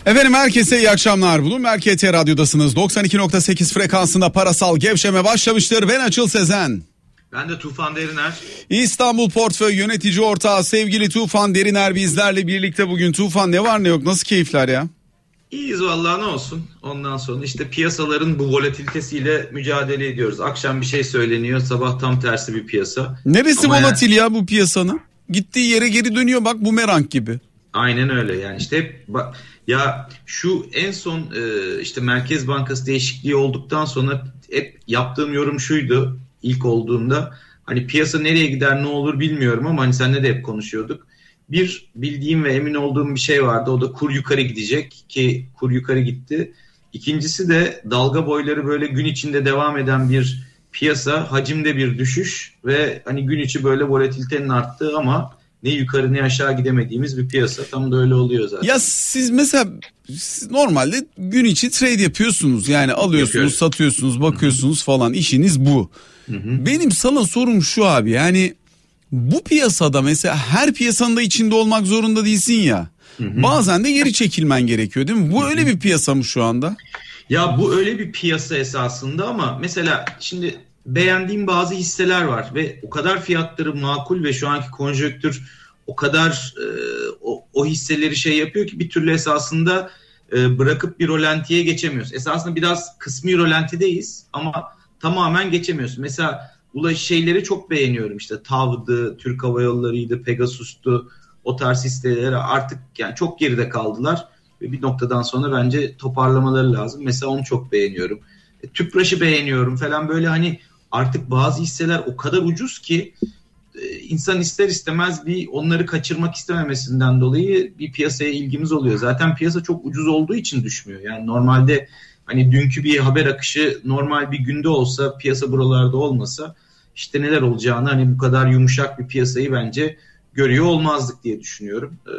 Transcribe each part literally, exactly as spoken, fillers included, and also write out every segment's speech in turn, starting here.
Efendim herkese iyi akşamlar. Bloomberg K T Radyo'dasınız. doksan iki nokta sekiz frekansında parasal gevşeme başlamıştır. Ben Açıl Sezen. Ben de Tufan Deriner. İstanbul Portföy Yönetici Ortağı sevgili Tufan Deriner bizlerle birlikte bugün. Tufan, ne var ne yok, nasıl keyifler ya? İyiyiz vallahi, ne olsun. Ondan sonra işte piyasaların bu volatilitesiyle mücadele ediyoruz. Akşam bir şey söyleniyor, sabah tam tersi bir piyasa. Neresi Ama volatil yani... ya bu piyasanın? Gittiği yere geri dönüyor bak, bumerang gibi. Aynen öyle yani işte hep bak ya, şu en son e, işte Merkez Bankası değişikliği olduktan sonra hep yaptığım yorum şuydu ilk olduğunda, hani piyasa nereye gider ne olur bilmiyorum ama hani seninle de hep konuşuyorduk. Bir bildiğim ve emin olduğum bir şey vardı, o da kur yukarı gidecek ki kur yukarı gitti. İkincisi de dalga boyları böyle gün içinde devam eden bir piyasa, hacimde bir düşüş ve hani gün içi böyle volatilitenin arttığı ama ne yukarı ne aşağı gidemediğimiz bir piyasa. Tam da öyle oluyor zaten. Ya siz mesela siz normalde gün içi trade yapıyorsunuz. Yani alıyorsunuz, Yapıyoruz. satıyorsunuz, bakıyorsunuz falan. İşiniz bu. Hı-hı. Benim sana sorum şu abi. Yani bu piyasada mesela her piyasanın da içinde olmak zorunda değilsin ya. Hı-hı. Bazen de geri çekilmen gerekiyor değil mi? Bu Hı-hı. öyle bir piyasa mı şu anda? Ya bu öyle bir piyasa esasında ama mesela şimdi beğendiğim bazı hisseler var ve o kadar fiyatları makul ve şu anki konjonktür o kadar e, o, o hisseleri şey yapıyor ki bir türlü esasında e, bırakıp bir rolantiye geçemiyoruz. Esasında biraz kısmi rolantideyiz ama tamamen geçemiyorsun. Mesela ulaş şeyleri çok beğeniyorum, işte T A V'dı, Türk Hava Yolları'ydı, Pegasus'tu, o tarz hisseleri artık yani çok geride kaldılar ve bir noktadan sonra bence toparlamaları lazım. Mesela onu çok beğeniyorum. E, Tüpraş'ı beğeniyorum falan, böyle hani artık bazı hisseler o kadar ucuz ki insan ister istemez bir onları kaçırmak istememesinden dolayı bir piyasaya ilgimiz oluyor. Zaten piyasa çok ucuz olduğu için düşmüyor. Yani normalde hani dünkü bir haber akışı normal bir günde olsa, piyasa buralarda olmasa işte neler olacağını, hani bu kadar yumuşak bir piyasayı bence görüyor olmazdık diye düşünüyorum. Ee,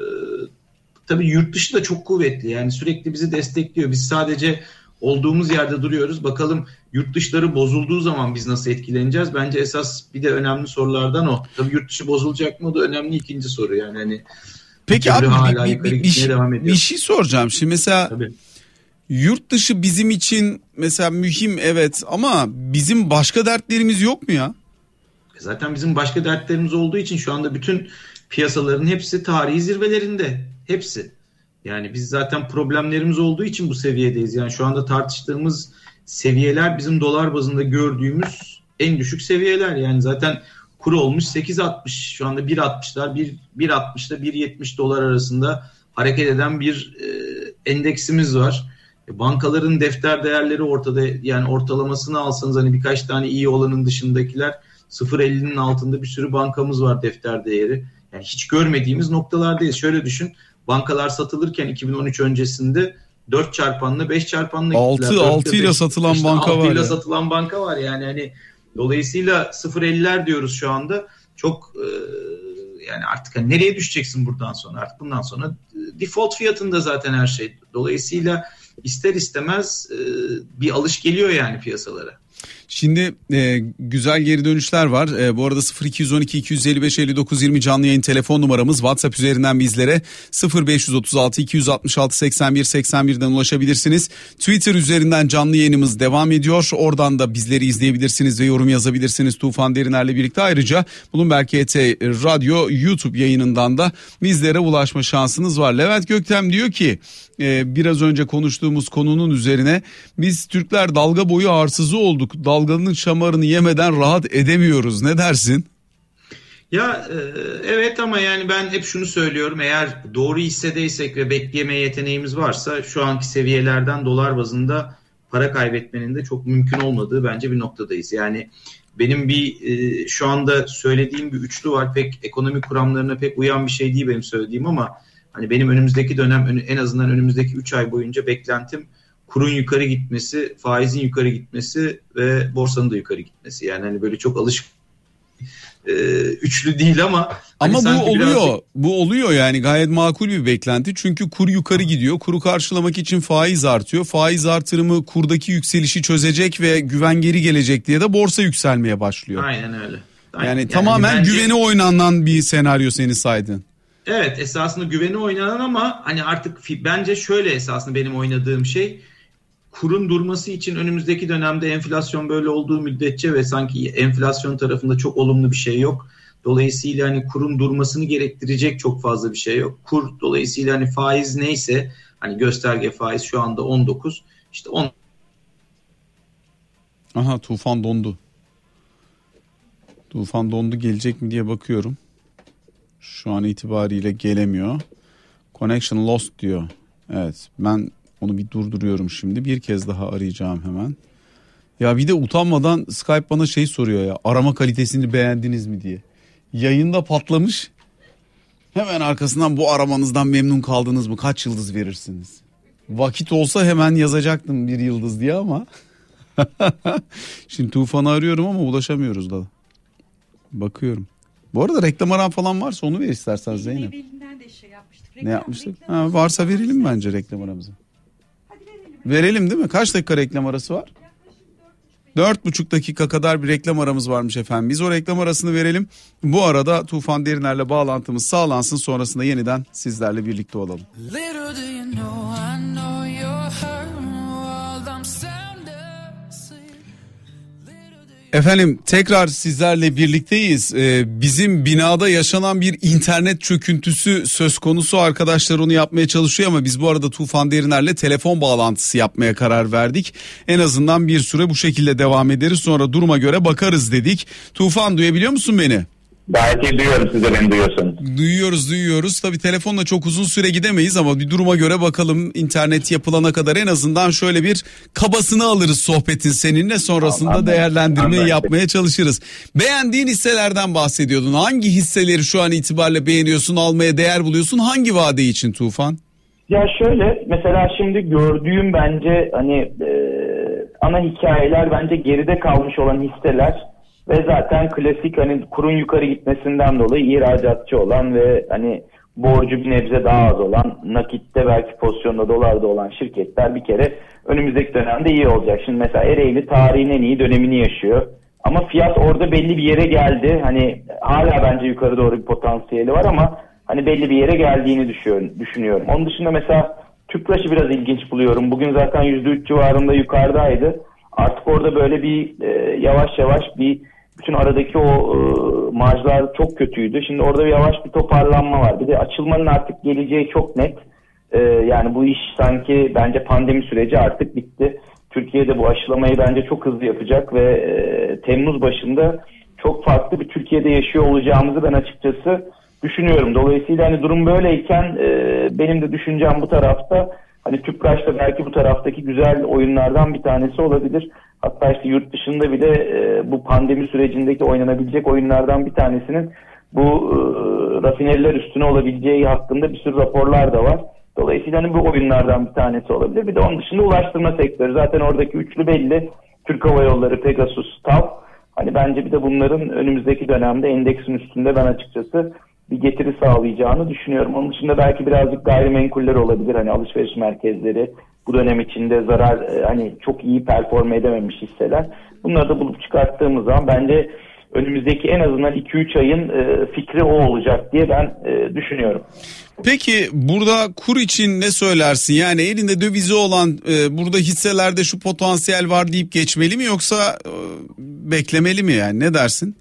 tabii yurt dışı da çok kuvvetli. Yani sürekli bizi destekliyor. Biz sadece olduğumuz yerde duruyoruz. Bakalım yurt dışları bozulduğu zaman biz nasıl etkileneceğiz? Bence esas bir de önemli sorulardan o. Tabii yurt dışı bozulacak mı? O da önemli ikinci soru yani. Hani peki abi bir, bir, bir, bir, şey, bir şey soracağım. Şimdi mesela Tabii. yurt dışı bizim için mesela mühim, evet, ama bizim başka dertlerimiz yok mu ya? Zaten bizim başka dertlerimiz olduğu için şu anda bütün piyasaların hepsi tarihi zirvelerinde. Hepsi. Yani biz zaten problemlerimiz olduğu için bu seviyedeyiz. Yani şu anda tartıştığımız seviyeler bizim dolar bazında gördüğümüz en düşük seviyeler. Yani zaten kur olmuş sekiz altmış, şu anda bir altmışlar, bir altmışla bir yetmiş dolar arasında hareket eden bir e, endeksimiz var. E, bankaların defter değerleri ortada, yani ortalamasını alsanız hani birkaç tane iyi olanın dışındakiler sıfır virgül ellinin altında bir sürü bankamız var defter değeri. Yani hiç görmediğimiz noktalardayız. Şöyle düşün. Bankalar satılırken iki bin on üç öncesinde dört çarpanla beş çarpanla gittiler. altı ile satılan işte banka var. altı ile satılan banka var yani, hani dolayısıyla sıfır virgül elliler diyoruz şu anda. Çok e, yani artık hani nereye düşeceksin buradan sonra? Artık bundan sonra e, default fiyatında zaten her şey. Dolayısıyla ister istemez e, bir alış geliyor yani piyasalara. Şimdi e, güzel geri dönüşler var. E, bu arada sıfır iki on iki iki yüz elli beş elli dokuz yirmi canlı yayın telefon numaramız. WhatsApp üzerinden bizlere sıfır beş otuz altı iki yüz altmış altı seksen bir seksen birden ulaşabilirsiniz. Twitter üzerinden canlı yayınımız devam ediyor. Oradan da bizleri izleyebilirsiniz ve yorum yazabilirsiniz Tufan Deriner'le birlikte. Ayrıca Bloomberg K T Radyo YouTube yayınından da bizlere ulaşma şansınız var. Levent Göktem diyor ki e, biraz önce konuştuğumuz konunun üzerine biz Türkler dalga boyu arsızı olduk. Dalganın şamarını yemeden rahat edemiyoruz. Ne dersin? Ya e, evet ama yani ben hep şunu söylüyorum. Eğer doğru hissedeysek ve bekleyeme yeteneğimiz varsa şu anki seviyelerden dolar bazında para kaybetmenin de çok mümkün olmadığı bence bir noktadayız. Yani benim bir e, şu anda söylediğim bir üçlü var. Pek ekonomi kuramlarına pek uyan bir şey değil benim söylediğim ama hani benim önümüzdeki dönem, en azından önümüzdeki üç ay boyunca beklentim kurun yukarı gitmesi, faizin yukarı gitmesi ve borsanın da yukarı gitmesi. Yani hani böyle çok alışık e, üçlü değil ama ama hani bu oluyor. birazcık... Bu oluyor yani, gayet makul bir beklenti. Çünkü kur yukarı gidiyor. Kuru karşılamak için faiz artıyor. Faiz artırımı kurdaki yükselişi çözecek ve güven geri gelecek diye de borsa yükselmeye başlıyor. Aynen öyle. Aynen. Yani, yani tamamen bence... güveni oynanan bir senaryo seni saydın. Evet, esasında güveni oynanan ama hani artık bence şöyle, esasında benim oynadığım şey kurun durması için önümüzdeki dönemde enflasyon böyle olduğu müddetçe ve sanki enflasyon tarafında çok olumlu bir şey yok. Dolayısıyla hani kurun durmasını gerektirecek çok fazla bir şey yok. Kur dolayısıyla hani faiz neyse, hani gösterge faiz şu anda on dokuz, işte on. Aha, Tufan dondu. Tufan dondu, gelecek mi diye bakıyorum. Şu an itibariyle gelemiyor. Connection lost diyor. Evet, ben onu bir durduruyorum şimdi. Bir kez daha arayacağım hemen. Ya bir de utanmadan Skype bana şey soruyor ya. Arama kalitesini beğendiniz mi diye. Yayında patlamış. Hemen arkasından bu aramanızdan memnun kaldınız mı? Kaç yıldız verirsiniz? Vakit olsa hemen yazacaktım bir yıldız diye ama. Şimdi Tufan'ı arıyorum ama ulaşamıyoruz da. Bakıyorum. Bu arada reklam aran falan varsa onu ver istersen Zeynep. De şey yapmıştık. Reklam, ne yapmıştık? Ha, varsa verelim bence reklam aramızı. Hadi verelim. Verelim değil mi? Kaç dakika reklam arası var? Dört buçuk dakika kadar bir reklam aramız varmış efendim. Biz o reklam arasını verelim. Bu arada Tufan Deriner'le bağlantımız sağlansın. Sonrasında yeniden sizlerle birlikte olalım. Efendim tekrar sizlerle birlikteyiz. Ee, bizim binada yaşanan bir internet çöküntüsü söz konusu. Arkadaşlar onu yapmaya çalışıyor ama biz bu arada Tufan Deriner'le telefon bağlantısı yapmaya karar verdik. En azından bir süre bu şekilde devam ederiz, sonra duruma göre bakarız dedik. Tufan, duyabiliyor musun beni? Gayet iyi duyuyorum, siz de beni duyuyorsunuz. Duyuyoruz duyuyoruz. Tabii telefonla çok uzun süre gidemeyiz ama bir duruma göre bakalım, internet yapılana kadar en azından şöyle bir kabasını alırız sohbetin seninle, sonrasında Anladım. değerlendirmeyi Anladım. yapmaya çalışırız. Beğendiğin hisselerden bahsediyordun. Hangi hisseleri şu an itibariyle beğeniyorsun, almaya değer buluyorsun? Hangi vade için Tufan? Ya şöyle, mesela şimdi gördüğüm bence hani e, ana hikayeler bence geride kalmış olan hisseler ve zaten klasik hani kurun yukarı gitmesinden dolayı ihracatçı olan ve hani borcu bir nebze daha az olan, nakitte belki pozisyonda dolarda olan şirketler bir kere önümüzdeki dönemde iyi olacak. Şimdi mesela Ereğli tarihin en iyi dönemini yaşıyor. Ama fiyat orada belli bir yere geldi. Hani hala bence yukarı doğru bir potansiyeli var ama hani belli bir yere geldiğini düşünüyorum. Onun dışında mesela Tüpraş'ı biraz ilginç buluyorum. Bugün zaten yüzde üç civarında yukarıdaydı. Artık orada böyle bir e, yavaş yavaş bir bütün aradaki o e, marjlar çok kötüydü. Şimdi orada bir yavaş bir toparlanma var. Bir de açılmanın artık geleceği çok net. E, yani bu iş sanki bence pandemi süreci artık bitti. Türkiye'de bu aşılamayı bence çok hızlı yapacak ve e, Temmuz başında çok farklı bir Türkiye'de yaşıyor olacağımızı ben açıkçası düşünüyorum. Dolayısıyla hani durum böyleyken e, benim de düşüncem bu tarafta. Hani Tüpraş da belki bu taraftaki güzel oyunlardan bir tanesi olabilir. Hatta işte yurt dışında bile e, bu pandemi sürecindeki oynanabilecek oyunlardan bir tanesinin bu e, rafineriler üstüne olabileceği hakkında bir sürü raporlar da var. Dolayısıyla hani bu oyunlardan bir tanesi olabilir. Bir de onun dışında ulaştırma sektörü. Zaten oradaki üçlü belli. Türk Hava Yolları, Pegasus, TAV. Hani bence bir de bunların önümüzdeki dönemde endeksin üstünde ben açıkçası bir getiri sağlayacağını düşünüyorum. Onun dışında belki birazcık gayrimenkuller olabilir. Hani alışveriş merkezleri bu dönem içinde zarar, hani çok iyi perform edememiş hisseler. Bunları da bulup çıkarttığımız zaman bence önümüzdeki en azından iki üç ayın fikri o olacak diye ben düşünüyorum. Peki burada kur için ne söylersin? Yani elinde dövizi olan e, burada hisselerde şu potansiyel var deyip geçmeli mi, yoksa e, beklemeli mi, yani ne dersin?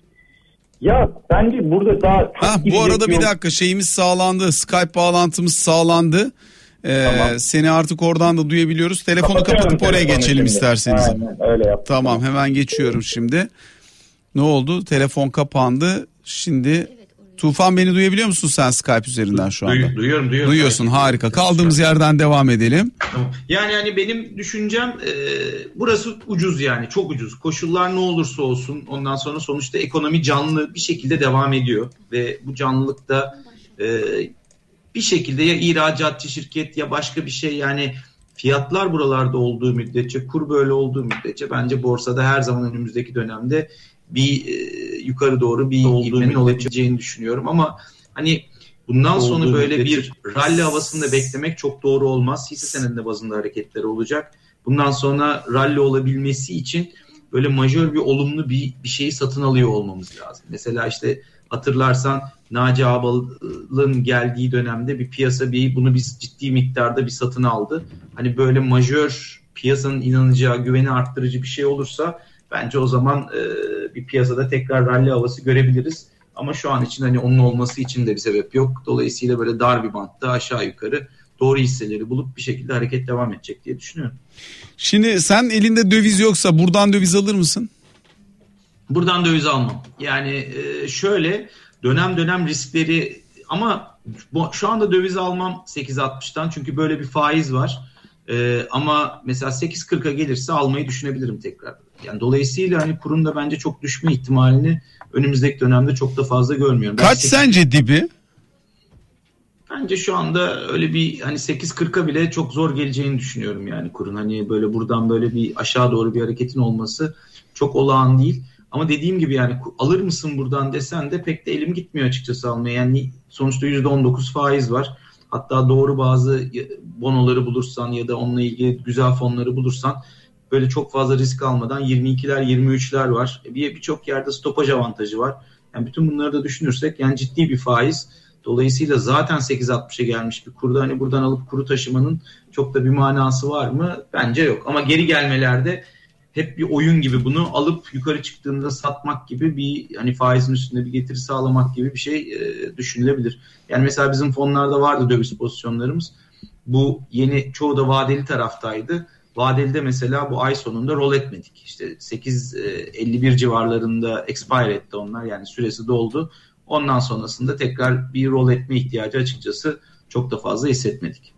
Ya bence burada daha çok ha, bu arada bir dakika, şeyimiz sağlandı, Skype bağlantımız sağlandı. Ee, tamam. Seni artık oradan da duyabiliyoruz. Telefonu kapatıp oraya telefonu geçelim şimdi isterseniz. Aynen, öyle yap. Tamam, hemen geçiyorum şimdi. Ne oldu? Telefon kapandı. Şimdi Tufan, beni duyabiliyor musun sen Skype üzerinden şu anda? Duy, duyuyorum, duyuyorum. Duyuyorsun, harika. Kaldığımız yerden devam edelim. Tamam. Yani hani benim düşüncem e, burası ucuz, yani çok ucuz. Koşullar ne olursa olsun, ondan sonra sonuçta ekonomi canlı bir şekilde devam ediyor ve bu canlılıkta e, bir şekilde ya ihracatçı şirket ya başka bir şey, yani fiyatlar buralarda olduğu müddetçe, kur böyle olduğu müddetçe bence borsada her zaman önümüzdeki dönemde bir e, yukarı doğru bir ivmenin olabileceğini düşünüyorum. Ama hani bundan sonra olduğu böyle müddetçe bir rally havasında beklemek çok doğru olmaz. Hisse senedi bazında hareketler olacak. Bundan sonra rally olabilmesi için böyle majör bir olumlu bir bir şeyi satın alıyor olmamız lazım. Mesela işte hatırlarsan Naci Ağbal'ın geldiği dönemde bir piyasa bir bunu biz ciddi miktarda bir satın aldı. Hani böyle majör piyasanın inanacağı, güveni arttırıcı bir şey olursa bence o zaman e, bir piyasada tekrar rally havası görebiliriz. Ama şu an için hani onun olması için de bir sebep yok. Dolayısıyla böyle dar bir bantta aşağı yukarı doğru hisseleri bulup bir şekilde hareket devam edecek diye düşünüyorum. Şimdi sen elinde döviz yoksa buradan döviz alır mısın? Buradan döviz almam. Yani e, şöyle dönem dönem riskleri ama bu, şu anda döviz almam sekiz altmıştan çünkü böyle bir faiz var. E, ama mesela sekiz kırka gelirse almayı düşünebilirim tekrar. Yani dolayısıyla hani kurun da bence çok düşme ihtimalini önümüzdeki dönemde çok da fazla görmüyorum. Kaç sekiz... sence dibi? Bence şu anda öyle bir hani sekiz kırka bile çok zor geleceğini düşünüyorum yani kurun. Hani böyle buradan böyle bir aşağı doğru bir hareketin olması çok olağan değil. Ama dediğim gibi yani alır mısın buradan desen de pek de elim gitmiyor açıkçası almaya. Yani sonuçta yüzde on dokuz faiz var. Hatta doğru bazı bonoları bulursan ya da onunla ilgili güzel fonları bulursan böyle çok fazla risk almadan yirmi ikiler yirmi üçler var. Bir birçok yerde stopaj avantajı var. Yani bütün bunları da düşünürsek yani ciddi bir faiz. Dolayısıyla zaten sekiz altmışa gelmiş bir kurda hani buradan alıp kuru taşımanın çok da bir manası var mı? Bence yok. Ama geri gelmelerde hep bir oyun gibi bunu alıp yukarı çıktığında satmak gibi bir hani faizin üstünde bir getiri sağlamak gibi bir şey e, düşünülebilir. Yani mesela bizim fonlarda vardı döviz pozisyonlarımız. Bu yeni çoğu da vadeli taraftaydı. Vadelide mesela bu ay sonunda rol etmedik. İşte sekiz elli bir civarlarında expire etti onlar yani süresi doldu. Ondan sonrasında tekrar bir rol etme ihtiyacı açıkçası çok da fazla hissetmedik.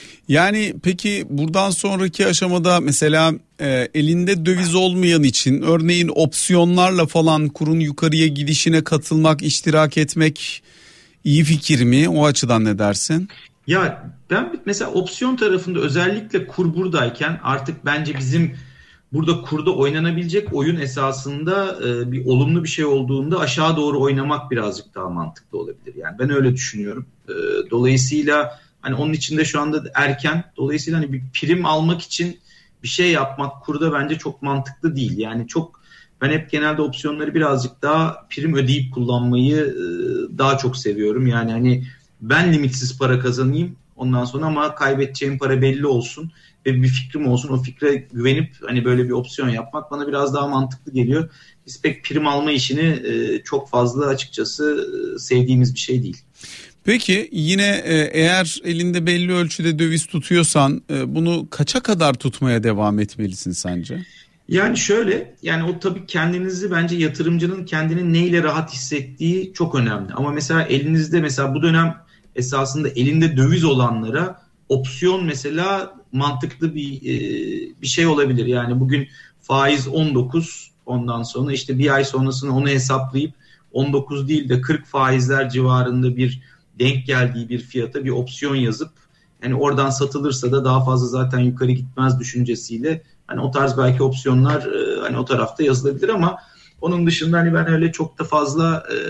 Yani peki buradan sonraki aşamada mesela e, elinde döviz olmayan için örneğin opsiyonlarla falan kurun yukarıya gidişine katılmak, iştirak etmek iyi fikir mi? O açıdan ne dersin? Ya ben mesela opsiyon tarafında özellikle kur buradayken artık bence bizim burada kurda oynanabilecek oyun esasında e, bir olumlu bir şey olduğunda aşağı doğru oynamak birazcık daha mantıklı olabilir. Yani ben öyle düşünüyorum. E, dolayısıyla hani onun içinde şu anda erken. Dolayısıyla hani bir prim almak için bir şey yapmak kurda bence çok mantıklı değil. Yani çok ben hep genelde opsiyonları birazcık daha prim ödeyip kullanmayı e, daha çok seviyorum. Yani hani ben limitsiz para kazanayım ondan sonra ama kaybedeceğim para belli olsun ve bir fikrim olsun. O fikre güvenip hani böyle bir opsiyon yapmak bana biraz daha mantıklı geliyor. Biz pek prim alma işini e, çok fazla açıkçası e, sevdiğimiz bir şey değil. Peki yine eğer elinde belli ölçüde döviz tutuyorsan bunu kaça kadar tutmaya devam etmelisin sence? Yani şöyle yani o tabii kendinizi bence yatırımcının kendini neyle rahat hissettiği çok önemli. Ama mesela elinizde mesela bu dönem esasında elinde döviz olanlara opsiyon mesela mantıklı bir bir şey olabilir. Yani bugün faiz on dokuz ondan sonra işte bir ay sonrasını onu hesaplayıp on dokuz değil de kırk faizler civarında bir denk geldiği bir fiyata bir opsiyon yazıp yani oradan satılırsa da daha fazla zaten yukarı gitmez düşüncesiyle hani o tarz belki opsiyonlar e, hani o tarafta yazılabilir ama onun dışında hani ben öyle çok da fazla e,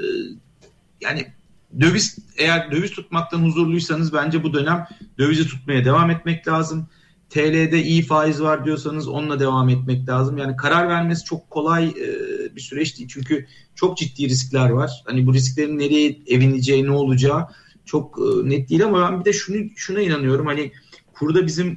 yani döviz eğer döviz tutmaktan huzurluysanız bence bu dönem dövizi tutmaya devam etmek lazım. T L'de iyi faiz var diyorsanız onunla devam etmek lazım. Yani karar vermesi çok kolay e, bir süreç değil. Çünkü çok ciddi riskler var. Hani bu risklerin nereye evineceği, ne olacağı çok e, net değil ama ben bir de şunu şuna inanıyorum. Hani kurda bizim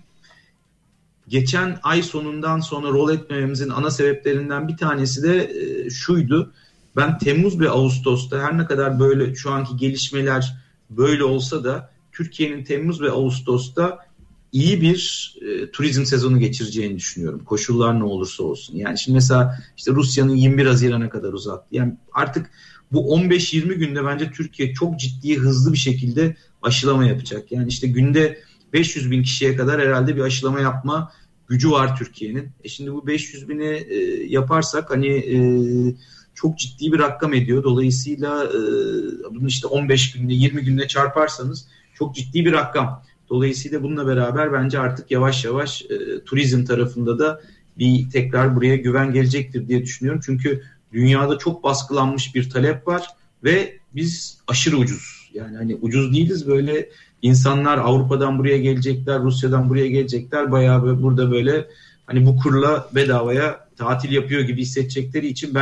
geçen ay sonundan sonra rol etmememizin ana sebeplerinden bir tanesi de e, şuydu. Ben Temmuz ve Ağustos'ta her ne kadar böyle şu anki gelişmeler böyle olsa da Türkiye'nin Temmuz ve Ağustos'ta iyi bir e, turizm sezonu geçireceğini düşünüyorum. Koşullar ne olursa olsun. Yani şimdi mesela işte Rusya'nın yirmi bir Haziran'a kadar uzattı. Yani artık bu on beş yirmi günde bence Türkiye çok ciddi hızlı bir şekilde aşılama yapacak. Yani işte günde beş yüz bin kişiye kadar herhalde bir aşılama yapma gücü var Türkiye'nin. E şimdi bu beş yüz bini e, yaparsak hani e, çok ciddi bir rakam ediyor. Dolayısıyla e, bunu işte on beş günde yirmi günde çarparsanız çok ciddi bir rakam. Dolayısıyla bununla beraber bence artık yavaş yavaş e, turizm tarafında da bir tekrar buraya güven gelecektir diye düşünüyorum. Çünkü dünyada çok baskılanmış bir talep var ve biz aşırı ucuz. Yani hani ucuz değiliz, böyle insanlar Avrupa'dan buraya gelecekler, Rusya'dan buraya gelecekler. Bayağı böyle burada böyle hani bu kurla bedavaya tatil yapıyor gibi hissedecekleri için ben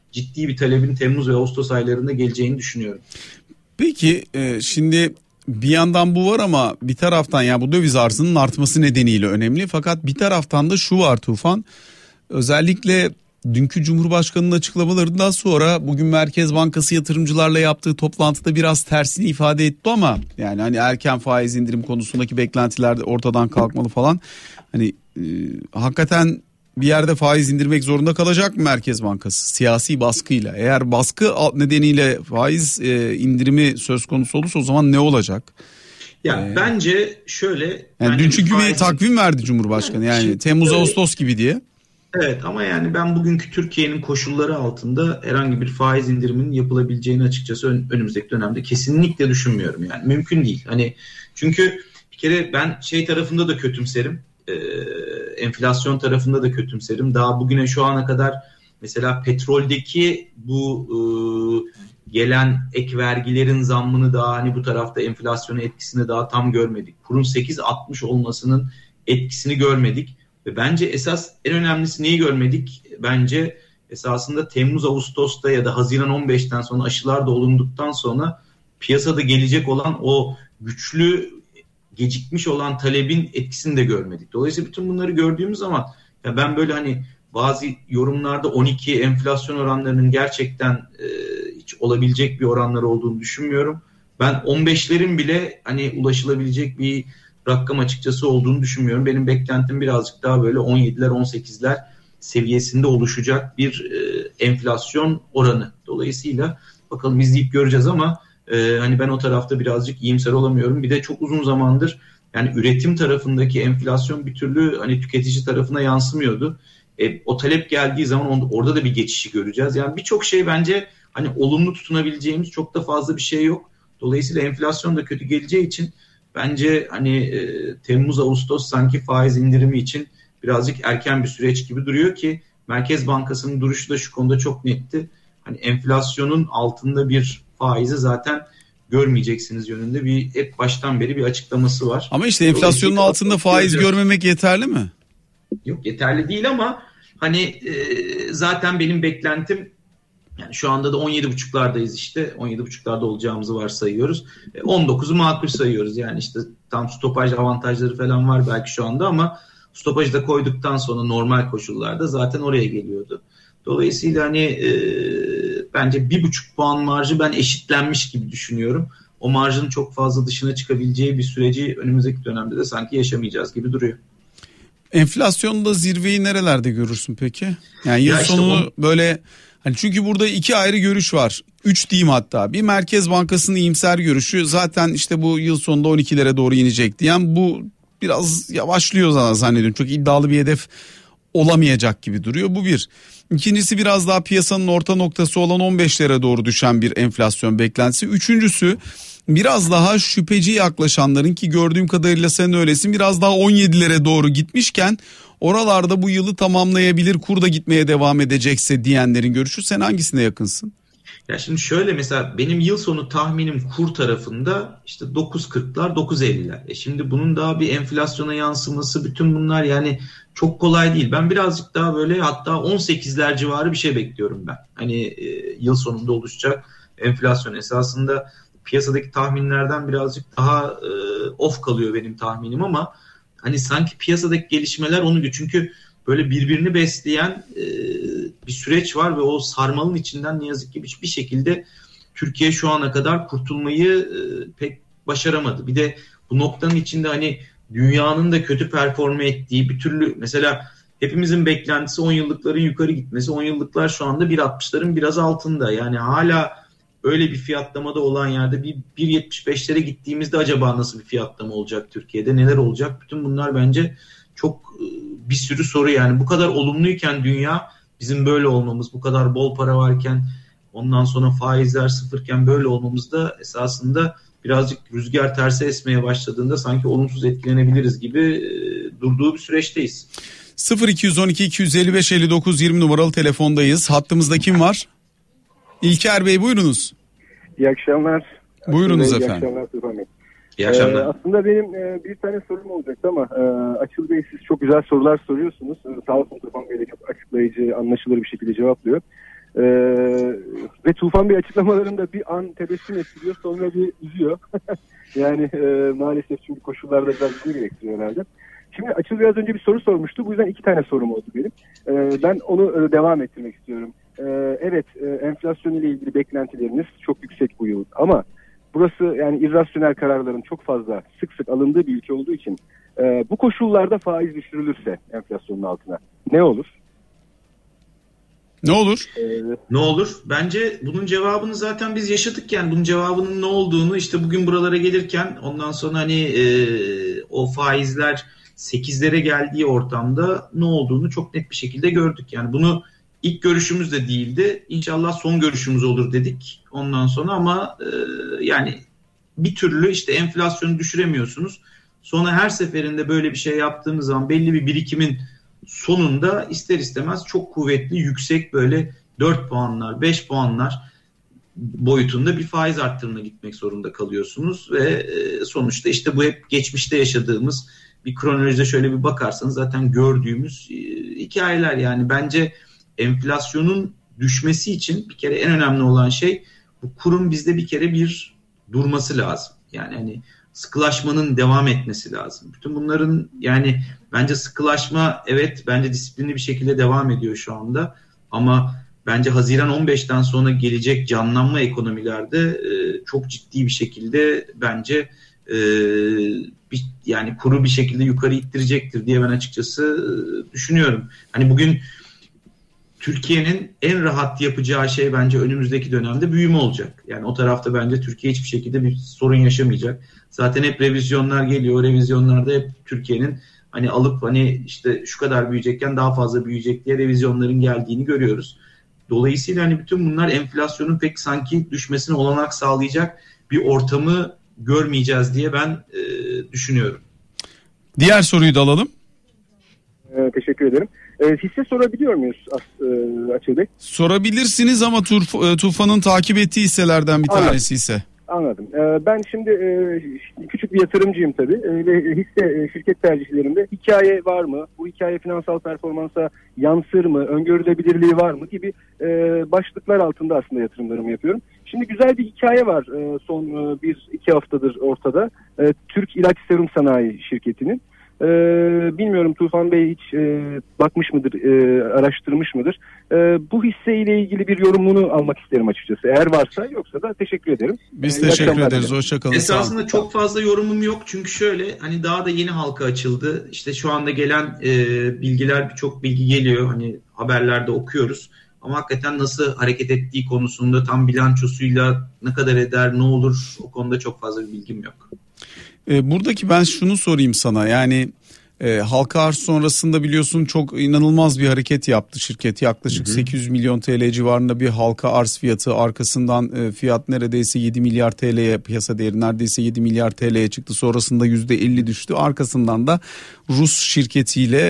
ciddi bir talebin Temmuz ve Ağustos aylarında geleceğini düşünüyorum. Peki e, şimdi bir yandan bu var ama bir taraftan ya bu döviz arzının artması nedeniyle önemli. Fakat bir taraftan da şu var Tufan, özellikle dünkü Cumhurbaşkanı'nın açıklamalarından sonra bugün Merkez Bankası yatırımcılarla yaptığı toplantıda biraz tersini ifade etti ama yani hani erken faiz indirim konusundaki beklentiler de ortadan kalkmalı falan. Hani e, hakikaten bir yerde faiz indirmek zorunda kalacak mı Merkez Bankası siyasi baskıyla? Eğer baskı nedeniyle faiz e, indirimi söz konusu olursa o zaman ne olacak? Ya ee, bence şöyle. Yani bence dün çünkü bir faiz... takvim verdi Cumhurbaşkanı yani, yani Temmuz Ağustos gibi diye. Evet ama yani ben bugünkü Türkiye'nin koşulları altında herhangi bir faiz indiriminin yapılabileceğini açıkçası ön, önümüzdeki dönemde kesinlikle düşünmüyorum yani mümkün değil. Hani çünkü bir kere ben şey tarafında da kötümserim. Ee, enflasyon tarafında da kötümserim. Daha bugüne şu ana kadar mesela petroldeki bu e, gelen ek vergilerin zammını daha hani bu tarafta enflasyona etkisini daha tam görmedik. Kurun sekiz altmış olmasının etkisini görmedik. Ve bence esas en önemlisi neyi görmedik? Bence esasında Temmuz Ağustos'ta ya da Haziran on beşten sonra aşılar da olunduktan sonra piyasada gelecek olan o güçlü gecikmiş olan talebin etkisini de görmedik. Dolayısıyla bütün bunları gördüğümüz zaman ya ben böyle hani bazı yorumlarda on iki enflasyon oranlarının gerçekten e, hiç olabilecek bir oranlar olduğunu düşünmüyorum. Ben on beşlerin bile hani ulaşılabilecek bir rakam açıkçası olduğunu düşünmüyorum. Benim beklentim birazcık daha böyle on yediler on sekizler seviyesinde oluşacak bir e, enflasyon oranı. Dolayısıyla bakalım izleyip göreceğiz ama e, hani ben o tarafta birazcık iyimser olamıyorum. Bir de çok uzun zamandır yani üretim tarafındaki enflasyon bir türlü hani tüketici tarafına yansımıyordu. E, o talep geldiği zaman on, orada da bir geçişi göreceğiz. Yani birçok şey bence hani olumlu tutunabileceğimiz çok da fazla bir şey yok. Dolayısıyla enflasyon da kötü geleceği için bence hani e, Temmuz Ağustos sanki faiz indirimi için birazcık erken bir süreç gibi duruyor ki Merkez Bankası'nın duruşu da şu konuda çok netti. Hani enflasyonun altında bir faizi zaten görmeyeceksiniz yönünde bir hep baştan beri bir açıklaması var. Ama işte enflasyonun altında faiz göreceğiz. Görmemek yeterli mi? Yok yeterli değil ama hani e, zaten benim beklentim yani şu anda da on yedi buçuklardayız işte. on yedi buçuklarda olacağımızı varsayıyoruz. on dokuzu makul sayıyoruz. Yani işte tam stopaj avantajları falan var belki şu anda ama stopajı da koyduktan sonra normal koşullarda zaten oraya geliyordu. Dolayısıyla hani e, bence bir buçuk puan marjı ben eşitlenmiş gibi düşünüyorum. O marjın çok fazla dışına çıkabileceği bir süreci önümüzdeki dönemde de sanki yaşamayacağız gibi duruyor. Enflasyonda zirveyi nerelerde görürsün peki? Yani yıl ya işte sonu o... böyle hani çünkü burada iki ayrı görüş var. Üç diyeyim hatta. Bir Merkez Bankası'nın iyimser görüşü zaten işte bu yıl sonunda on ikilere doğru inecek diyen bu biraz yavaşlıyor zaten zannediyorum. Çok iddialı bir hedef olamayacak gibi duruyor. Bu bir. İkincisi biraz daha piyasanın orta noktası olan on beşlere doğru düşen bir enflasyon beklentisi. Üçüncüsü biraz daha şüpheci yaklaşanların ki gördüğüm kadarıyla sen öylesin biraz daha on yedilere doğru gitmişken oralarda bu yılı tamamlayabilir kur da gitmeye devam edecekse diyenlerin görüşü sen hangisine yakınsın? Ya şimdi şöyle mesela benim yıl sonu tahminim kur tarafında işte dokuz kırklar dokuz elliler. E şimdi bunun daha bir enflasyona yansıması bütün bunlar yani çok kolay değil. Ben birazcık daha böyle hatta on sekizler civarı bir şey bekliyorum ben. Hani e, yıl sonunda oluşacak enflasyon esasında piyasadaki tahminlerden birazcık daha e, off kalıyor benim tahminim ama hani sanki piyasadaki gelişmeler onu çünkü böyle birbirini besleyen e, bir süreç var ve o sarmalın içinden ne yazık ki hiçbir şekilde Türkiye şu ana kadar kurtulmayı e, pek başaramadı. Bir de bu noktanın içinde hani dünyanın da kötü performe ettiği bir türlü mesela hepimizin beklentisi on yıllıkların yukarı gitmesi. on yıllıklar şu anda bir altmışların biraz altında. Yani hala öyle bir fiyatlamada olan yerde bir bir yetmiş beşlere gittiğimizde acaba nasıl bir fiyatlama olacak Türkiye'de? Neler olacak? Bütün bunlar bence çok bir sürü soru yani. Bu kadar olumluyken dünya bizim böyle olmamız, bu kadar bol para varken ondan sonra faizler sıfırken böyle olmamız da esasında birazcık rüzgar terse esmeye başladığında sanki olumsuz etkilenebiliriz gibi e, durduğu bir süreçteyiz. sıfır iki on iki iki yüz elli beş elli dokuz yirmi numaralı telefondayız. Hattımızda kim var? İlker Bey buyurunuz. İyi akşamlar. Buyurunuz aslında efendim. İyi akşamlar Tufan Bey. İyi akşamlar. Ee, aslında benim e, bir tane sorum olacaktı ama e, Açıl Bey siz çok güzel sorular soruyorsunuz. E, sağ olsun Tufan Bey de çok açıklayıcı, anlaşılır bir şekilde cevaplıyor. Ee, ve Tufan Bey açıklamalarında bir an tebessüm ettiriyor, sonra bir üzüyor. yani e, maalesef çünkü koşullarda biraz üzüyor gerektiriyor herhalde. Şimdi Açıl biraz önce bir soru sormuştu. Bu yüzden iki tane sorum oldu benim. Ee, ben onu e, devam ettirmek istiyorum. Ee, evet, e, enflasyon ile ilgili beklentileriniz çok yüksek bu yıl. Ama burası yani irrasyonel kararların çok fazla sık sık alındığı bir ülke olduğu için e, bu koşullarda faiz düşürülürse enflasyonun altına ne olur? Ne olur? Ee, ne olur? Bence bunun cevabını zaten biz yaşadık, yani bunun cevabının ne olduğunu işte bugün buralara gelirken, ondan sonra hani e, o faizler sekizlere geldiği ortamda ne olduğunu çok net bir şekilde gördük. Yani bunu ilk görüşümüz de değildi. İnşallah son görüşümüz olur dedik ondan sonra, ama e, yani bir türlü işte enflasyonu düşüremiyorsunuz. Sonra her seferinde böyle bir şey yaptığınız zaman belli bir birikimin sonunda ister istemez çok kuvvetli, yüksek, böyle dört puanlar, beş puanlar boyutunda bir faiz arttırımına gitmek zorunda kalıyorsunuz ve sonuçta işte bu hep geçmişte yaşadığımız bir kronolojide şöyle bir bakarsanız zaten gördüğümüz hikayeler. Yani bence enflasyonun düşmesi için bir kere en önemli olan şey, bu kurun bizde bir kere bir durması lazım. Yani hani sıkılaşmanın devam etmesi lazım. Bütün bunların, yani bence sıkılaşma evet bence disiplinli bir şekilde devam ediyor şu anda, ama bence Haziran on beşten sonra gelecek canlanma ekonomilerde e, çok ciddi bir şekilde bence e, bir, yani kuru bir şekilde yukarı ittirecektir diye ben açıkçası e, düşünüyorum. Hani bugün Türkiye'nin en rahat yapacağı şey bence önümüzdeki dönemde büyüme olacak. Yani o tarafta bence Türkiye hiçbir şekilde bir sorun yaşamayacak. Zaten hep revizyonlar geliyor. O revizyonlarda hep Türkiye'nin hani alıp hani işte şu kadar büyüyecekken daha fazla büyüyecek diye revizyonların geldiğini görüyoruz. Dolayısıyla hani bütün bunlar enflasyonun pek sanki düşmesine olanak sağlayacak bir ortamı görmeyeceğiz diye ben e, düşünüyorum. Diğer soruyu da alalım. Ee, teşekkür ederim. E, hisse sorabiliyor muyuz As, e, Açıl Bey? Sorabilirsiniz ama Turf- Tufan'ın takip ettiği hisselerden bir Anladım. tanesi ise. Anladım. E, ben şimdi e, küçük bir yatırımcıyım tabii. E, ve hisse e, şirket tercihlerimde hikaye var mı? Bu hikaye finansal performansa yansır mı? Öngörülebilirliği var mı? Gibi e, başlıklar altında aslında yatırımlarımı yapıyorum. Şimdi güzel bir hikaye var e, son e, bir iki haftadır ortada. E, Türk İlaç Serum Sanayi şirketinin. Ee, bilmiyorum Tufan Bey hiç e, bakmış mıdır, e, araştırmış mıdır? E, bu hisseyle ilgili bir yorumunu almak isterim açıkçası. Eğer varsa, yoksa da teşekkür ederim. Biz ee, teşekkür ederiz. Hoşçakalın. Esasında çok fazla yorumum yok. Çünkü şöyle, hani daha da yeni halka açıldı. İşte şu anda gelen e, bilgiler, birçok bilgi geliyor. Hani haberlerde okuyoruz. Ama hakikaten nasıl hareket ettiği konusunda, tam bilançosuyla ne kadar eder, ne olur, o konuda çok fazla bir bilgim yok. Buradaki ben şunu sorayım sana, yani e, halka arz sonrasında biliyorsun çok inanılmaz bir hareket yaptı şirket. Yaklaşık hı hı. sekiz yüz milyon T L civarında bir halka arz fiyatı, arkasından e, fiyat neredeyse yedi milyar T L'ye, piyasa değeri neredeyse yedi milyar T L'ye çıktı. Sonrasında yüzde elli düştü. Arkasından da Rus şirketiyle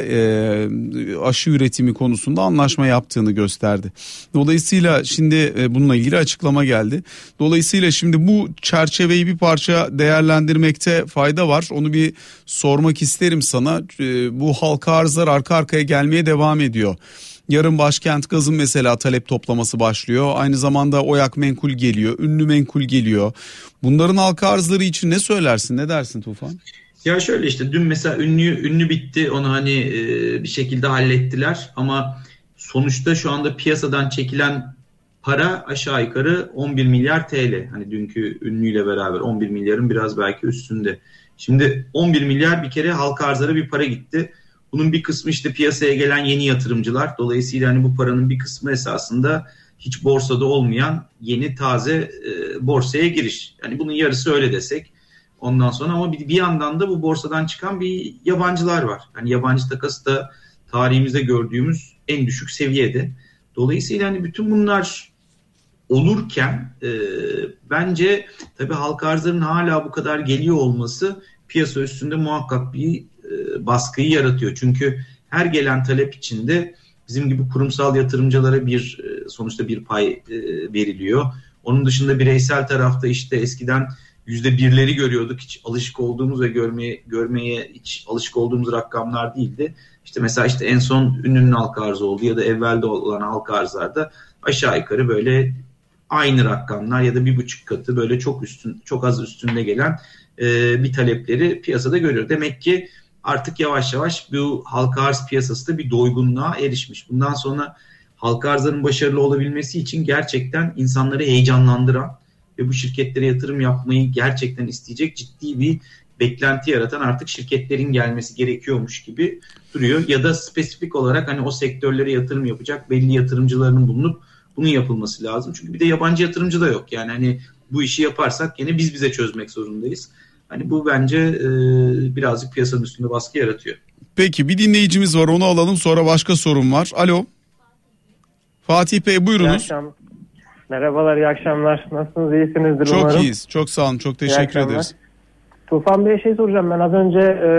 e, aşı üretimi konusunda anlaşma yaptığını gösterdi. Dolayısıyla şimdi e, bununla ilgili açıklama geldi. Dolayısıyla şimdi bu çerçeveyi bir parça değerlendirmekte fayda var. Onu bir sormak isterim sana. E, bu halka arzlar arka arkaya gelmeye devam ediyor. Yarın Başkent Gaz'ın mesela talep toplaması başlıyor. Aynı zamanda Oyak Menkul geliyor, Ünlü Menkul geliyor. Bunların halka arzları için ne söylersin, ne dersin Tufan? Ya şöyle, işte dün mesela ünlü ünlü bitti, onu hani e, bir şekilde hallettiler, ama sonuçta şu anda piyasadan çekilen para aşağı yukarı on bir milyar T L. Hani dünkü ünlüyle beraber on bir milyarın biraz belki üstünde. Şimdi on bir milyar bir kere halka arzlara bir para gitti. Bunun bir kısmı işte piyasaya gelen yeni yatırımcılar. Dolayısıyla hani bu paranın bir kısmı esasında hiç borsada olmayan yeni taze e, borsaya giriş. Yani bunun yarısı öyle desek. Ondan sonra ama bir, bir yandan da bu borsadan çıkan bir yabancılar var. Yani yabancı takası da tarihimizde gördüğümüz en düşük seviyede. Dolayısıyla hani bütün bunlar olurken e, bence tabii halka arzların hala bu kadar geliyor olması piyasa üstünde muhakkak bir e, baskıyı yaratıyor. Çünkü her gelen talep içinde bizim gibi kurumsal yatırımcılara bir e, sonuçta bir pay e, veriliyor. Onun dışında bireysel tarafta işte eskiden yüzde birleri görüyorduk. Hiç alışık olduğumuz ve görmeye görmeye hiç alışık olduğumuz rakamlar değildi. İşte mesela işte en son ünlünün halka arzı oldu ya da evvelde olan halka arzlarda aşağı yukarı böyle aynı rakamlar ya da bir buçuk katı böyle çok üstün, çok az üstünde gelen e, bir talepleri piyasada görüyor. Demek ki artık yavaş yavaş bu halka arz piyasası da bir doygunluğa erişmiş. Bundan sonra halka arzların başarılı olabilmesi için gerçekten insanları heyecanlandıran ve bu şirketlere yatırım yapmayı gerçekten isteyecek ciddi bir beklenti yaratan artık şirketlerin gelmesi gerekiyormuş gibi duruyor. Ya da spesifik olarak hani o sektörlere yatırım yapacak belli yatırımcılarının bulunup bunun yapılması lazım. Çünkü bir de yabancı yatırımcı da yok. Yani hani bu işi yaparsak yine biz bize çözmek zorundayız. Hani bu bence e, birazcık piyasanın üstünde baskı yaratıyor. Peki bir dinleyicimiz var, onu alalım, sonra başka sorun var. Alo. Fatih Bey buyurunuz. İyi akşam. Merhabalar, iyi akşamlar. Nasılsınız, iyisinizdir çok umarım. Çok iyiyiz, çok sağ olun, çok teşekkür ederiz. Tufan Bey'e şey soracağım, ben az önce e,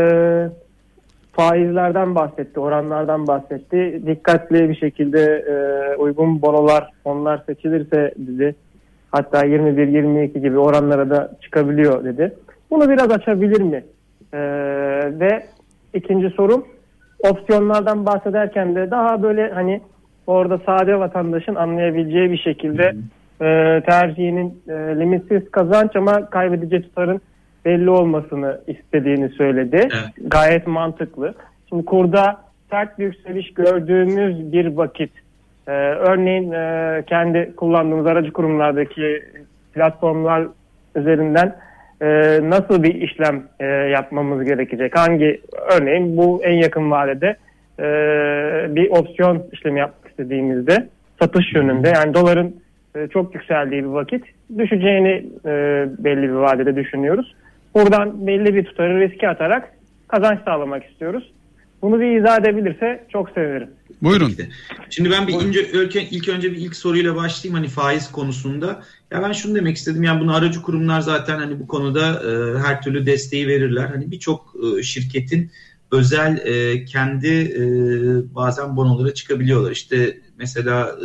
faizlerden bahsetti, oranlardan bahsetti. Dikkatli bir şekilde e, uygun bonolar, fonlar seçilirse dedi. Hatta yirmi bir yirmi iki gibi oranlara da çıkabiliyor dedi. Bunu biraz açabilir mi? E, ve ikinci sorum, opsiyonlardan bahsederken de daha böyle hani orada sade vatandaşın anlayabileceği bir şekilde e, tercihinin e, limitsiz kazanç ama kaybedeceği tutarın belli olmasını istediğini söyledi. Evet. Gayet mantıklı. Şimdi kurda sert bir yükseliş gördüğümüz bir vakit, e, örneğin e, kendi kullandığımız aracı kurumlardaki platformlar üzerinden e, nasıl bir işlem e, yapmamız gerekecek? Hangi, örneğin bu en yakın vadede e, bir opsiyon işlemi yapmak istediğimizde satış yönünde, yani doların e, çok yükseldiği bir vakit düşeceğini e, belli bir vadede düşünüyoruz. Buradan belli bir tutarı riske atarak kazanç sağlamak istiyoruz. Bunu bir izah edebilirse çok sevinirim. Buyurun. Şimdi ben bir ince, ilk önce bir ilk soruyla başlayayım hani faiz konusunda. Ya ben şunu demek istedim, yani bunu aracı kurumlar zaten hani bu konuda e, her türlü desteği verirler. Hani birçok e, şirketin özel e, kendi e, bazen bonolara çıkabiliyorlar. İşte mesela e,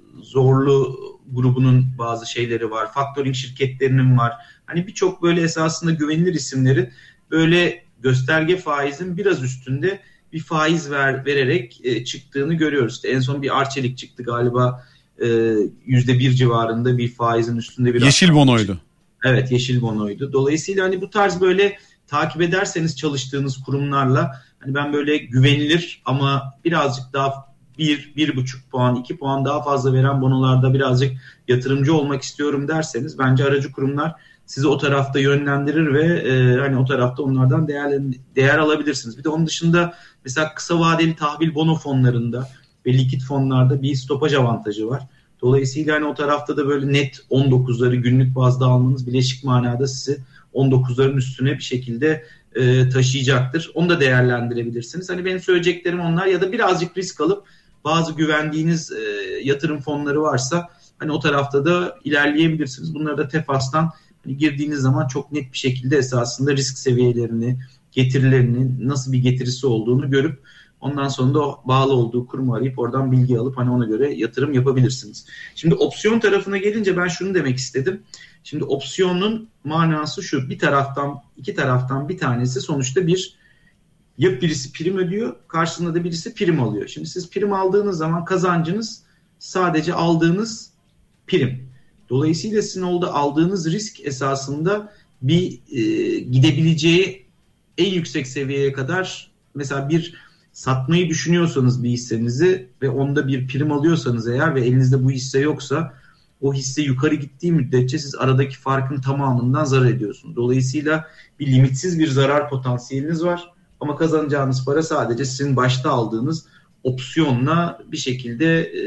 Zorlu grubunun bazı şeyleri var. Factoring şirketlerinin var. Hani birçok böyle esasında güvenilir isimlerin böyle gösterge faizin biraz üstünde bir faiz ver, vererek e, çıktığını görüyoruz. İşte en son bir Arçelik çıktı galiba e, yüzde bir civarında bir faizin üstünde bir yeşil bonoydu. Çıktı. Evet, yeşil bonoydu. Dolayısıyla hani bu tarz böyle takip ederseniz çalıştığınız kurumlarla hani ben böyle güvenilir ama birazcık daha bir, bir buçuk puan, iki puan daha fazla veren bonolarda birazcık yatırımcı olmak istiyorum derseniz bence aracı kurumlar sizi o tarafta yönlendirir ve e, hani o tarafta onlardan değer, değer alabilirsiniz. Bir de onun dışında mesela kısa vadeli tahvil bono fonlarında ve likit fonlarda bir stopaj avantajı var. Dolayısıyla hani o tarafta da böyle net on dokuzları günlük bazda almanız bileşik manada sizi on dokuzların üstüne bir şekilde e, taşıyacaktır. Onu da değerlendirebilirsiniz. Hani benim söyleyeceklerim onlar, ya da birazcık risk alıp bazı güvendiğiniz e, yatırım fonları varsa hani o tarafta da ilerleyebilirsiniz. Bunları da Tefas'tan hani girdiğiniz zaman çok net bir şekilde esasında risk seviyelerini, getirilerini, nasıl bir getirisi olduğunu görüp ondan sonra da o bağlı olduğu kurumu arayıp oradan bilgi alıp hani ona göre yatırım yapabilirsiniz. Şimdi opsiyon tarafına gelince ben şunu demek istedim. Şimdi opsiyonun manası şu: bir taraftan, iki taraftan bir tanesi sonuçta bir, ya birisi prim ödüyor, karşılığında da birisi prim alıyor. Şimdi siz prim aldığınız zaman kazancınız sadece aldığınız prim. Dolayısıyla sizin orada aldığınız risk esasında bir e, gidebileceği en yüksek seviyeye kadar, mesela bir satmayı düşünüyorsanız bir hissenizi ve onda bir prim alıyorsanız eğer ve elinizde bu hisse yoksa, o hisse yukarı gittiği müddetçe siz aradaki farkın tamamından zarar ediyorsunuz. Dolayısıyla bir limitsiz bir zarar potansiyeliniz var ama kazanacağınız para sadece sizin başta aldığınız opsiyonla bir şekilde e,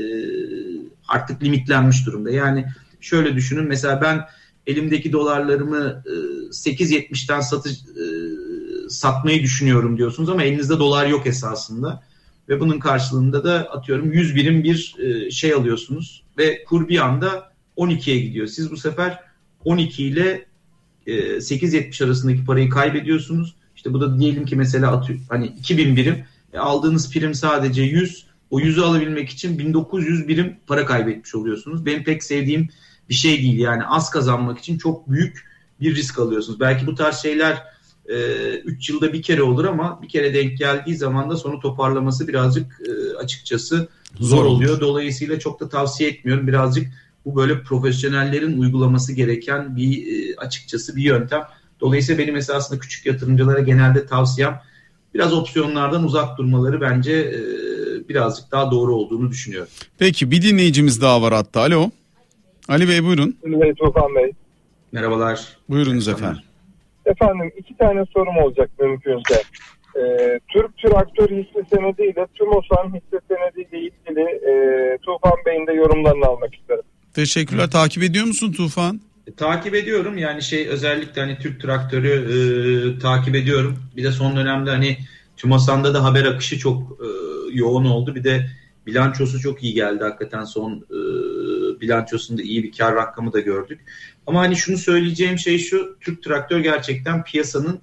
artık limitlenmiş durumda. Yani şöyle düşünün, mesela ben elimdeki dolarlarımı e, sekiz yetmişten satı, e, satmayı düşünüyorum diyorsunuz ama elinizde dolar yok esasında. Ve bunun karşılığında da atıyorum yüz birim bir e, şey alıyorsunuz ve kur bir anda on ikiye gidiyor. Siz bu sefer on iki ile e, sekiz yetmiş arasındaki parayı kaybediyorsunuz. İşte bu da diyelim ki mesela atıyor, hani iki bin birim, e, aldığınız prim sadece yüz. O yüzü alabilmek için bin dokuz yüz birim para kaybetmiş oluyorsunuz. Benim pek sevdiğim bir şey değil. Yani az kazanmak için çok büyük bir risk alıyorsunuz. Belki bu tarz şeyler üç yılda bir kere olur ama bir kere denk geldiği zaman da sonu toparlaması birazcık e, açıkçası zor, Zor oluyor. olur. Dolayısıyla çok da tavsiye etmiyorum. Birazcık bu böyle profesyonellerin uygulaması gereken bir e, açıkçası bir yöntem. Dolayısıyla benim esasında küçük yatırımcılara genelde tavsiyem biraz opsiyonlardan uzak durmaları bence e, birazcık daha doğru olduğunu düşünüyorum. Peki bir dinleyicimiz daha var hatta. Alo. Ali Bey buyurun. Ali Tufan Bey. Merhabalar. Buyurunuz efendim. Efendim iki tane sorum olacak mümkünse. Ee, Türk Traktör hisse senedi ile TÜMOSAN hisse senedi ile ilgili e, Tufan Bey'in de yorumlarını almak isterim. Teşekkürler. Hı. Takip ediyor musun Tufan? E, takip ediyorum. Yani şey özellikle hani Türk Traktörü e, takip ediyorum. Bir de son dönemde hani TÜMOSAN'da da haber akışı çok e, yoğun oldu. Bir de bilançosu çok iyi geldi hakikaten son e, bilançosunda iyi bir kar rakamı da gördük. Ama hani şunu söyleyeceğim şey şu, Türk Traktör gerçekten piyasanın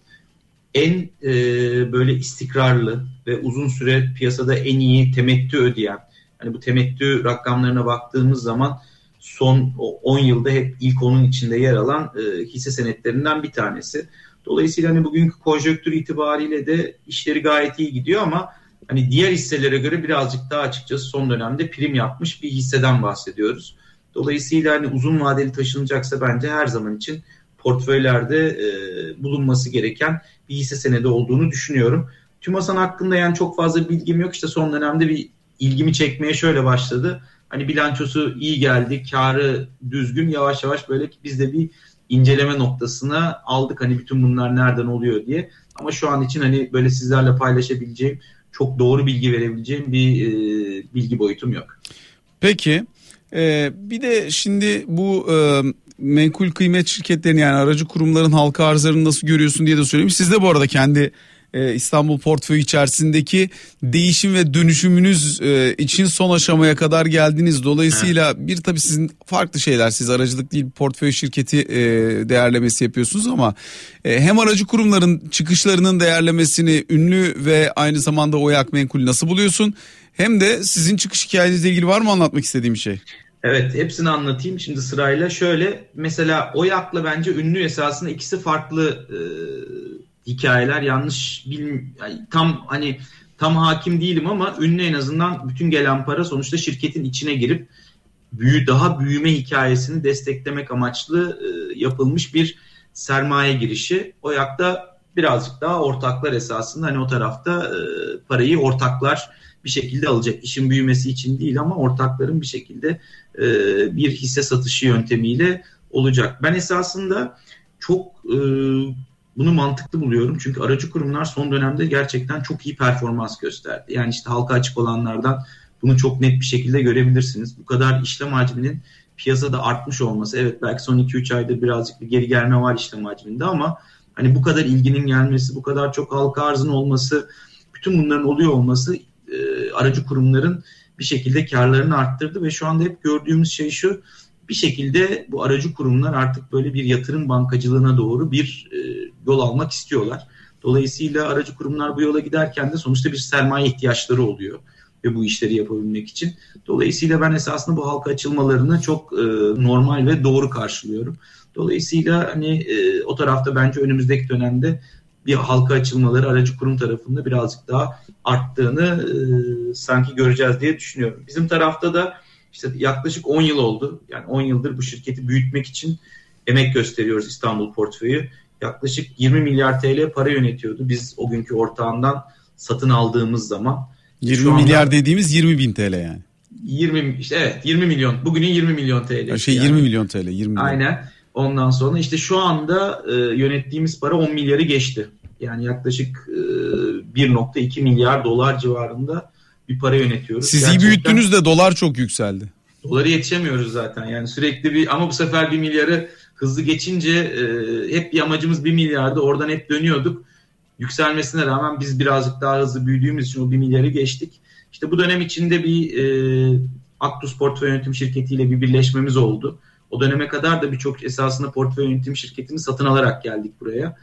en e, böyle istikrarlı ve uzun süre piyasada en iyi temettü ödeyen, hani bu temettü rakamlarına baktığımız zaman son on yılda hep ilk onun içinde yer alan e, hisse senetlerinden bir tanesi. Dolayısıyla hani bugünkü konjonktür itibariyle de işleri gayet iyi gidiyor ama hani diğer hisselere göre birazcık daha açıkçası son dönemde prim yapmış bir hisseden bahsediyoruz. Dolayısıyla hani uzun vadeli taşınacaksa bence her zaman için portföylerde e, bulunması gereken bir hisse senedi olduğunu düşünüyorum. TÜMOSAN hakkında yani çok fazla bilgim yok. İşte son dönemde bir ilgimi çekmeye şöyle başladı. Hani bilançosu iyi geldi, karı düzgün, yavaş yavaş böyle biz de bir inceleme noktasına aldık. Hani bütün bunlar nereden oluyor diye. Ama şu an için hani böyle sizlerle paylaşabileceğim, çok doğru bilgi verebileceğim bir e, bilgi boyutum yok. Peki. Ee, bir de şimdi bu e, menkul kıymet şirketlerini yani aracı kurumların halka arzlarını nasıl görüyorsun diye de söyleyeyim. Siz de bu arada kendi e, İstanbul portföyü içerisindeki değişim ve dönüşümünüz e, için son aşamaya kadar geldiniz. Dolayısıyla evet. Bir tabii sizin farklı şeyler, siz aracılık değil portföy şirketi e, değerlemesi yapıyorsunuz ama e, hem aracı kurumların çıkışlarının değerlemesini ünlü ve aynı zamanda Oyak Menkul nasıl buluyorsun? Hem de sizin çıkış hikayenizle ilgili var mı anlatmak istediğim bir şey? Evet, hepsini anlatayım şimdi sırayla. Şöyle mesela Oyak'la bence ünlü esasında ikisi farklı e, hikayeler. Yanlış bilmiyorum, yani tam hani tam hakim değilim ama ünlü en azından bütün gelen para sonuçta şirketin içine girip büyü daha büyüme hikayesini desteklemek amaçlı e, yapılmış bir sermaye girişi. Oyak'ta birazcık daha ortaklar esasında hani o tarafta e, parayı ortaklar bir şekilde alacak. İşin büyümesi için değil ama ortakların bir şekilde e, bir hisse satışı yöntemiyle olacak. Ben esasında çok e, bunu mantıklı buluyorum. Çünkü aracı kurumlar son dönemde gerçekten çok iyi performans gösterdi. Yani işte halka açık olanlardan bunu çok net bir şekilde görebilirsiniz. Bu kadar işlem hacminin piyasada artmış olması, evet belki son iki üç ayda birazcık bir geri gelme var işlem hacminde ama hani bu kadar ilginin gelmesi, bu kadar çok halka arzın olması, bütün bunların oluyor olması e, aracı kurumların bir şekilde karlarını arttırdı ve şu anda hep gördüğümüz şey şu, bir şekilde bu aracı kurumlar artık böyle bir yatırım bankacılığına doğru bir e, yol almak istiyorlar. Dolayısıyla aracı kurumlar bu yola giderken de sonuçta bir sermaye ihtiyaçları oluyor ve bu işleri yapabilmek için. Dolayısıyla ben esasında bu halka açılmalarını çok e, normal ve doğru karşılıyorum. Dolayısıyla hani e, o tarafta bence önümüzdeki dönemde bir halka açılmaları aracı kurum tarafında birazcık daha arttığını e, sanki göreceğiz diye düşünüyorum. Bizim tarafta da işte yaklaşık on yıl oldu. Yani on yıldır bu şirketi büyütmek için emek gösteriyoruz İstanbul portföyü. Yaklaşık yirmi milyar T L para yönetiyordu. Biz o günkü ortağından satın aldığımız zaman. yirmi milyar dediğimiz yirmi bin T L yani. yirmi işte evet yirmi milyon. Bugünün yirmi milyon T L. Şey yani. yirmi milyon T L. yirmi milyon. Aynen. Ondan sonra işte şu anda e, yönettiğimiz para on milyarı geçti. Yani yaklaşık e, bir nokta iki milyar dolar civarında bir para yönetiyoruz. Siz iyi büyüttünüz de dolar çok yükseldi. Dolara yetişemiyoruz zaten. Yani sürekli bir ama bu sefer bir milyarı hızlı geçince e, hep bir amacımız bir milyardı. Oradan hep dönüyorduk. Yükselmesine rağmen biz birazcık daha hızlı büyüdüğümüz için o bir milyarı geçtik. İşte bu dönem içinde bir e, Aktus Portföy Yönetim Şirketi ile bir birleşmemiz oldu. O döneme kadar da birçok esasında portföy yönetim şirketini satın alarak geldik buraya.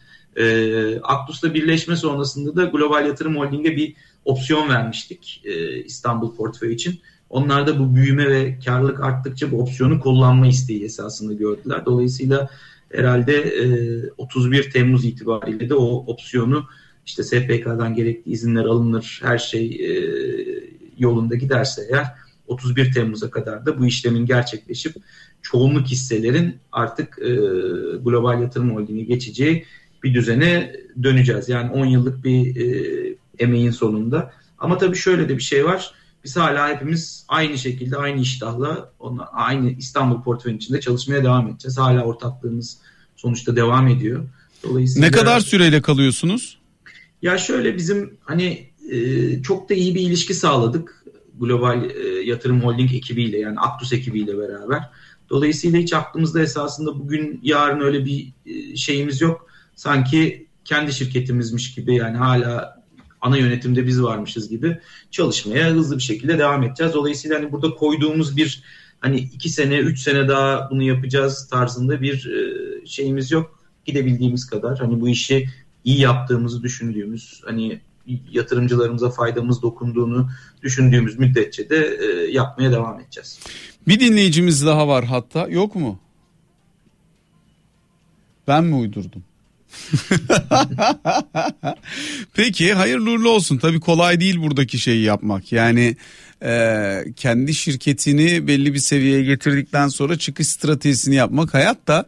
E, Aktus'la birleşme sonrasında da Global Yatırım Holding'e bir opsiyon vermiştik e, İstanbul portföy için. Onlar da bu büyüme ve karlılık arttıkça bu opsiyonu kullanma isteği esasında gördüler. Dolayısıyla herhalde e, otuz bir Temmuz itibariyle de o opsiyonu işte S P K'dan gerekli izinler alınır, her şey e, yolunda giderse eğer otuz bir Temmuz'a kadar da bu işlemin gerçekleşip çoğunluk hisselerin artık e, Global Yatırım Holding'e geçeceği bir düzene döneceğiz. Yani on yıllık bir e, emeğin sonunda. Ama tabii şöyle de bir şey var. Biz hala hepimiz aynı şekilde, aynı iştahla, ona, aynı İstanbul portföyün içinde çalışmaya devam edeceğiz. Hala ortaklığımız sonuçta devam ediyor. Dolayısıyla, ne kadar süreyle kalıyorsunuz? Ya şöyle, bizim hani e, çok da iyi bir ilişki sağladık Global e, Yatırım Holding ekibiyle, yani Aktus ekibiyle beraber. Dolayısıyla hiç aklımızda esasında bugün yarın öyle bir e, şeyimiz yok. Sanki kendi şirketimizmiş gibi, yani hala ana yönetimde biz varmışız gibi çalışmaya hızlı bir şekilde devam edeceğiz. Dolayısıyla hani burada koyduğumuz bir hani iki sene, üç sene daha bunu yapacağız tarzında bir e, şeyimiz yok. Gidebildiğimiz kadar hani bu işi iyi yaptığımızı düşündüğümüz, hani yatırımcılarımıza faydamız dokunduğunu düşündüğümüz müddetçe de e, yapmaya devam edeceğiz. Bir dinleyicimiz daha var hatta, yok mu? Ben mi uydurdum? Peki, hayırlı uğurlu olsun. Tabii kolay değil buradaki şeyi yapmak. Yani e, kendi şirketini belli bir seviyeye getirdikten sonra çıkış stratejisini yapmak hayatta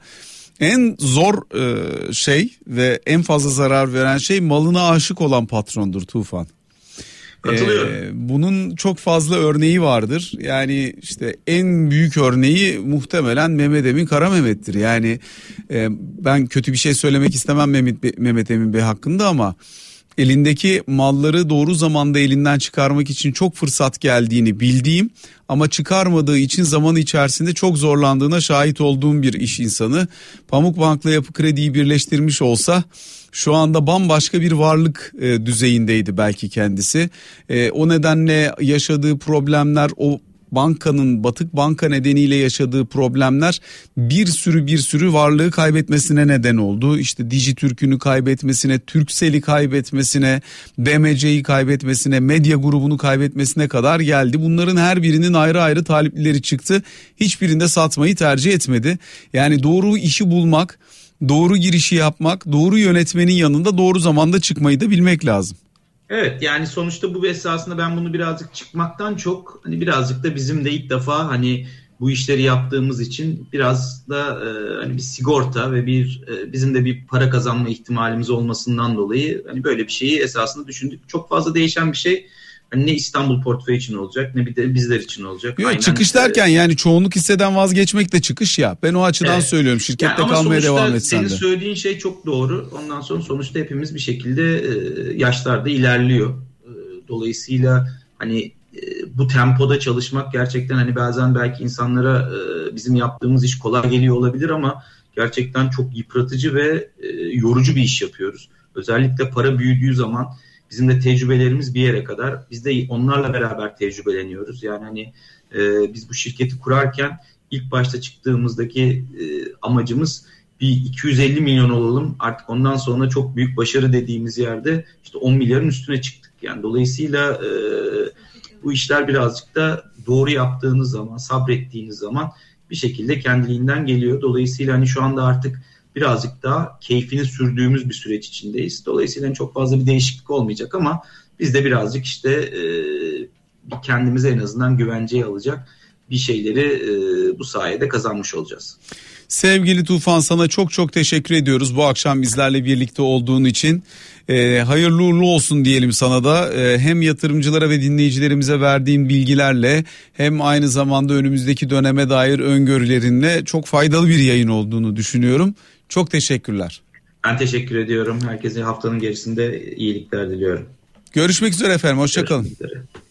en zor e, şey ve en fazla zarar veren şey malına aşık olan patrondur Tufan. Katılıyorum. Ee, bunun çok fazla örneği vardır. Yani işte en büyük örneği muhtemelen Mehmet Emin Kara Mehmet'tir. Yani e, ben kötü bir şey söylemek istemem Mehmet, Mehmet Emin Bey hakkında ama elindeki malları doğru zamanda elinden çıkarmak için çok fırsat geldiğini bildiğim ama çıkarmadığı için zaman içerisinde çok zorlandığına şahit olduğum bir iş insanı. Pamukbank'la Yapı Kredi'yi birleştirmiş olsa şu anda bambaşka bir varlık e, düzeyindeydi belki kendisi. E, o nedenle yaşadığı problemler, o bankanın, batık banka nedeniyle yaşadığı problemler bir sürü bir sürü varlığı kaybetmesine neden oldu. İşte Dijitürk'ünü kaybetmesine, Turkcell'i kaybetmesine, B M C'yi kaybetmesine, Medya grubunu kaybetmesine kadar geldi. Bunların her birinin ayrı ayrı talipleri çıktı. Hiçbirinde satmayı tercih etmedi. Yani doğru işi bulmak, doğru girişi yapmak, doğru yönetmenin yanında doğru zamanda çıkmayı da bilmek lazım. Evet, yani sonuçta bu esasında ben bunu birazcık çıkmaktan çok hani birazcık da bizim de ilk defa hani bu işleri yaptığımız için biraz da e, hani bir sigorta ve bir e, bizim de bir para kazanma ihtimalimiz olmasından dolayı hani böyle bir şeyi esasında düşündük. Çok fazla değişen bir şey hani ne İstanbul portföyü için olacak ne bir de bizler için olacak. Yok, aynen, çıkış derken yani çoğunluk hisseden vazgeçmek de çıkış ya. Ben o açıdan evet. söylüyorum. Şirkette yani kalmaya devam etsen de. Senin söylediğin şey çok doğru. Ondan sonra sonuçta hepimiz bir şekilde e, yaşlarda ilerliyor. E, dolayısıyla hani e, bu tempoda çalışmak gerçekten hani bazen belki insanlara e, bizim yaptığımız iş kolay geliyor olabilir ama gerçekten çok yıpratıcı ve e, yorucu bir iş yapıyoruz. Özellikle para büyüdüğü zaman bizim de tecrübelerimiz bir yere kadar. Biz de onlarla beraber tecrübeleniyoruz. Yani hani e, biz bu şirketi kurarken ilk başta çıktığımızdaki e, amacımız bir iki yüz elli milyon olalım. Artık ondan sonra çok büyük başarı dediğimiz yerde işte on milyarın üstüne çıktık. Yani dolayısıyla e, bu işler birazcık da doğru yaptığınız zaman, sabrettiğiniz zaman bir şekilde kendiliğinden geliyor. Dolayısıyla hani şu anda artık birazcık daha keyfini sürdüğümüz bir süreç içindeyiz. Dolayısıyla çok fazla bir değişiklik olmayacak ama biz de birazcık işte e, kendimize en azından güvenceye alacak bir şeyleri e, bu sayede kazanmış olacağız. Sevgili Tufan, sana çok çok teşekkür ediyoruz bu akşam bizlerle birlikte olduğun için. E, hayırlı uğurlu olsun diyelim sana da. E, hem yatırımcılara ve dinleyicilerimize verdiğin bilgilerle hem aynı zamanda önümüzdeki döneme dair öngörülerinle çok faydalı bir yayın olduğunu düşünüyorum. Çok teşekkürler. Ben teşekkür ediyorum. Herkese haftanın gerisinde iyilikler diliyorum. Görüşmek üzere efendim. Hoşça kalın. Görüşmek üzere.